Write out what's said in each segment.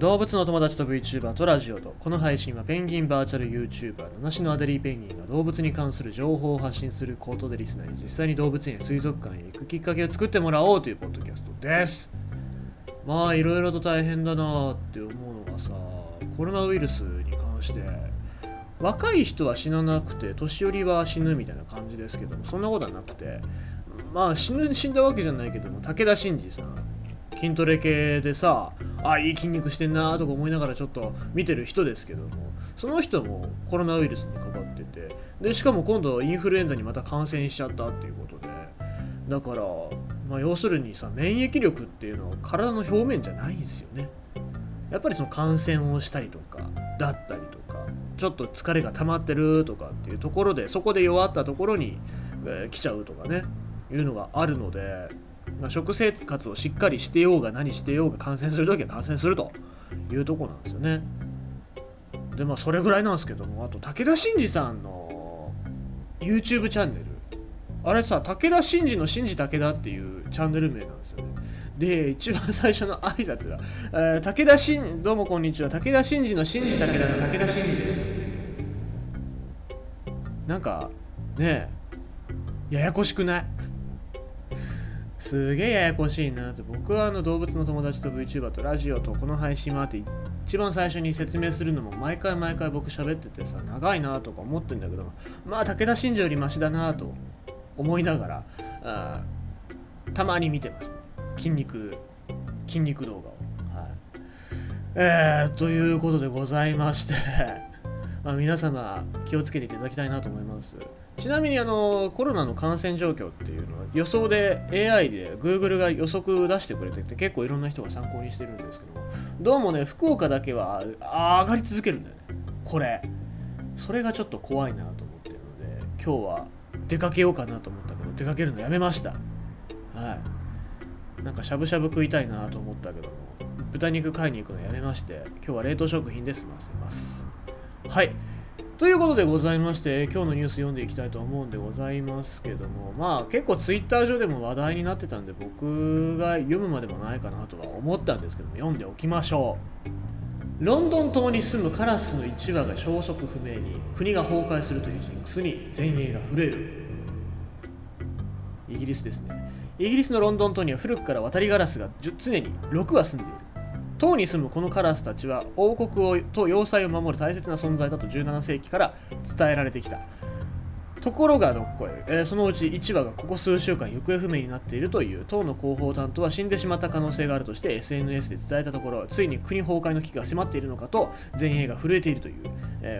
動物の友達と VTuber とラジオと、この配信はペンギンバーチャル YouTuber 七種のアデリーペンギンが動物に関する情報を発信することでリスナーに実際に動物園や水族館へ行くきっかけを作ってもらおうというポッドキャストです。まあいろいろと大変だなって思うのがさ、コロナウイルスに関して若い人は死ななくて年寄りは死ぬみたいな感じですけども、そんなことはなくて、まあ死んだわけじゃないけども、武田真治さん筋トレ系でさ、いい筋肉してんなとか思いながらちょっと見てる人ですけども、その人もコロナウイルスにかかってて、でしかも今度インフルエンザにまた感染しちゃったっていうことで、だから要するにさ、免疫力っていうのは体の表面じゃないんですよね。やっぱりその感染をしたりとかだったりとか、ちょっと疲れが溜まってるとかっていうところで、そこで弱ったところに、来ちゃうとかね、いうのがあるので、食生活をしっかりしてようが何してようが感染するときは感染するというところなんですよね。でそれぐらいなんですけども、あと武田真治さんの YouTube チャンネル、あれさ、武田真治の真治武田っていうチャンネル名なんですよね。で一番最初の挨拶が、武田真どうもこんにちは、武田真治の真治武田の武田真治です。なんかねえ、ややこしくない？すげえややこしいなと。僕は動物の友達と VTuber とラジオとこの配信もあって、一番最初に説明するのも毎回僕喋っててさ、長いなとか思ってんだけど、武田真治よりマシだなと思いながら、たまに見てますね、筋肉動画を。はい、ということでございまして皆様気をつけていただきたいなと思います。ちなみにコロナの感染状況っていうのは予想で AI で Google が予測出してくれてて、結構いろんな人が参考にしてるんですけども、どうもね、福岡だけは上がり続けるんだよね。それがちょっと怖いなと思ってるので、今日は出かけようかなと思ったけど出かけるのやめました。はい、なんかしゃぶしゃぶ食いたいなと思ったけども、豚肉買いに行くのやめまして、今日は冷凍食品で済ませます。はい、ということでございまして、今日のニュース読んでいきたいと思うんでございますけども、結構ツイッター上でも話題になってたんで、僕が読むまでもないかなとは思ったんですけども、読んでおきましょう。ロンドン島に住むカラスの1羽が消息不明に、国が崩壊するというジンクスに全英が震える。イギリスですね。イギリスのロンドン島には古くから渡りガラスが常に6羽住んでいる。島に住むこのカラスたちは王国と要塞を守る大切な存在だと17世紀から伝えられてきた。ところがどっこい、そのうち1羽がここ数週間行方不明になっているという島の広報担当は、死んでしまった可能性があるとして SNS で伝えたところ、ついに国崩壊の危機が迫っているのかと全英が震えているという、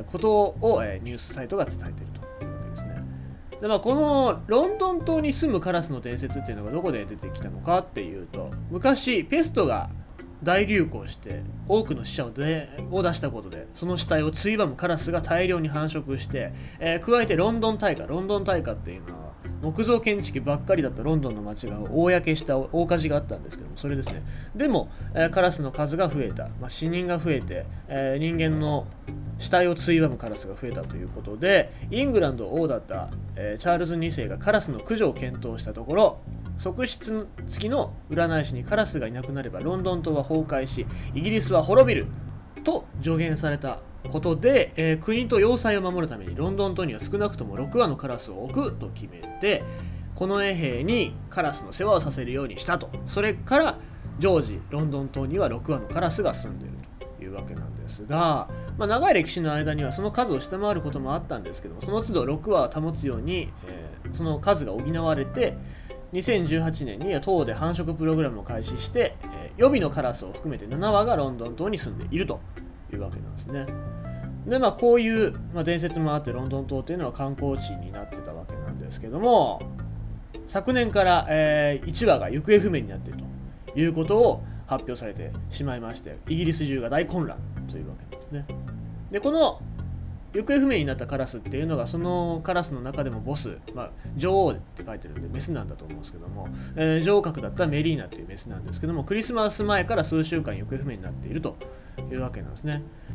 ことを、ニュースサイトが伝えているというわけですね。でこのロンドン島に住むカラスの伝説っていうのがどこで出てきたのかっていうと、昔ペストが大流行して多くの死者を出したことで、その死体をついばむカラスが大量に繁殖して、加えてロンドン大火っていうのは木造建築ばっかりだったロンドンの街が大焼けした大火事があったんですけども、それですね。でも、カラスの数が増えた、死人が増えて、人間の死体をついばむカラスが増えたということで、イングランド王だった、チャールズ2世がカラスの駆除を検討したところ、側室付きの占い師にカラスがいなくなればロンドン島は崩壊しイギリスは滅びると助言されたことで、国と要塞を守るためにロンドン島には少なくとも6羽のカラスを置くと決めて、近衛兵にカラスの世話をさせるようにしたと。それから常時ロンドン島には6羽のカラスが住んでいるというわけなんですが、長い歴史の間にはその数を下回ることもあったんですけども、その都度6羽を保つように、その数が補われて、2018年には島で繁殖プログラムを開始して、予備のカラスを含めて7羽がロンドン島に住んでいるというわけなんですね。でこういう、伝説もあって、ロンドン島というのは観光地になってたわけなんですけども、昨年から、1羽が行方不明になっているということを発表されてしまいまして、イギリス中が大混乱というわけなんですね。でこの行方不明になったカラスっていうのが、そのカラスの中でもボス、女王って書いてるんでメスなんだと思うんですけども、女王格だったメリーナっていうメスなんですけども、クリスマス前から数週間行方不明になっているというわけなんですね。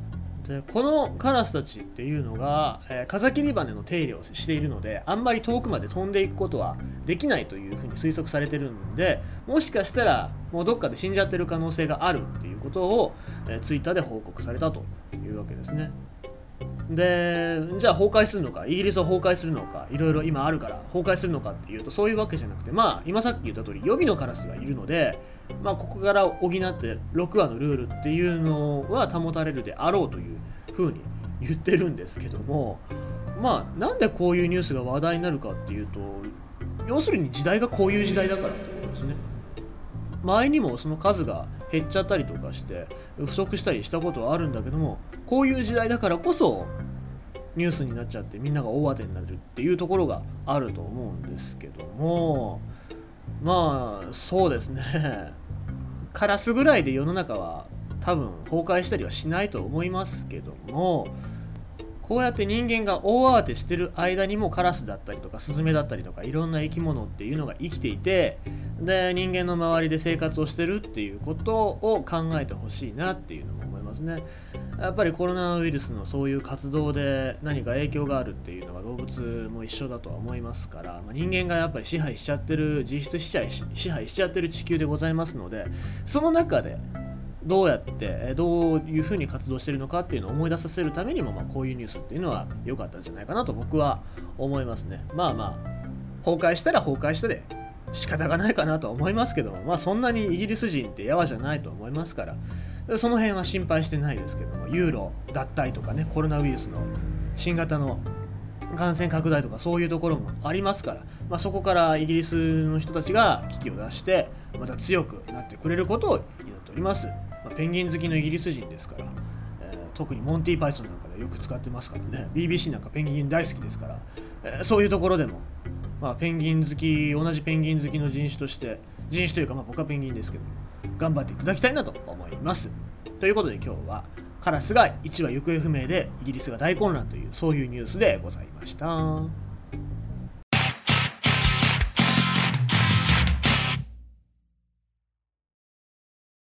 でこのカラスたちっていうのが、風切り羽の手入れをしているので、あんまり遠くまで飛んでいくことはできないというふうに推測されてるんで、もしかしたらもうどっかで死んじゃってる可能性があるっていうことを、ツイッターで報告されたというわけですね。でじゃあ崩壊するのか、イギリスは崩壊するのか、いろいろ今あるから崩壊するのかっていうと、そういうわけじゃなくて、今さっき言った通り予備のカラスがいるので、ここから補って6話のルールっていうのは保たれるであろうというふうに言ってるんですけども、なんでこういうニュースが話題になるかっていうと、要するに時代がこういう時代だからってことですね。前にもその数が減っちゃったりとかして不足したりしたことはあるんだけども、こういう時代だからこそニュースになっちゃってみんなが大当てになるっていうところがあると思うんですけども、そうですね、カラスぐらいで世の中は多分崩壊したりはしないと思いますけども、こうやって人間が大慌てしてる間にもカラスだったりとかスズメだったりとかいろんな生き物っていうのが生きていて、で人間の周りで生活をしてるっていうことを考えてほしいなっていうのも思いますね。やっぱりコロナウイルスのそういう活動で何か影響があるっていうのは動物も一緒だとは思いますから、人間がやっぱり支配しちゃってる、実質支配しちゃってる地球でございますので、その中でどうやってどういうふうに活動しているのかっていうのを思い出させるためにも、こういうニュースっていうのは良かったんじゃないかなと僕は思いますね。崩壊したら崩壊したで仕方がないかなとは思いますけども、そんなにイギリス人ってやわじゃないと思いますから、その辺は心配してないですけども、ユーロ脱退とかね、コロナウイルスの新型の感染拡大とかそういうところもありますから、そこからイギリスの人たちが危機を出してまた強くなってくれることを祈っております。ペンギン好きのイギリス人ですから、特にモンティ・パイソンなんかでよく使ってますからね、 BBC なんかペンギン大好きですから、そういうところでも、ペンギン好き、同じペンギン好きの人種として、人種というか僕はペンギンですけども頑張っていただきたいなと思います。ということで今日はカラスが1羽行方不明でイギリスが大混乱というそういうニュースでございました。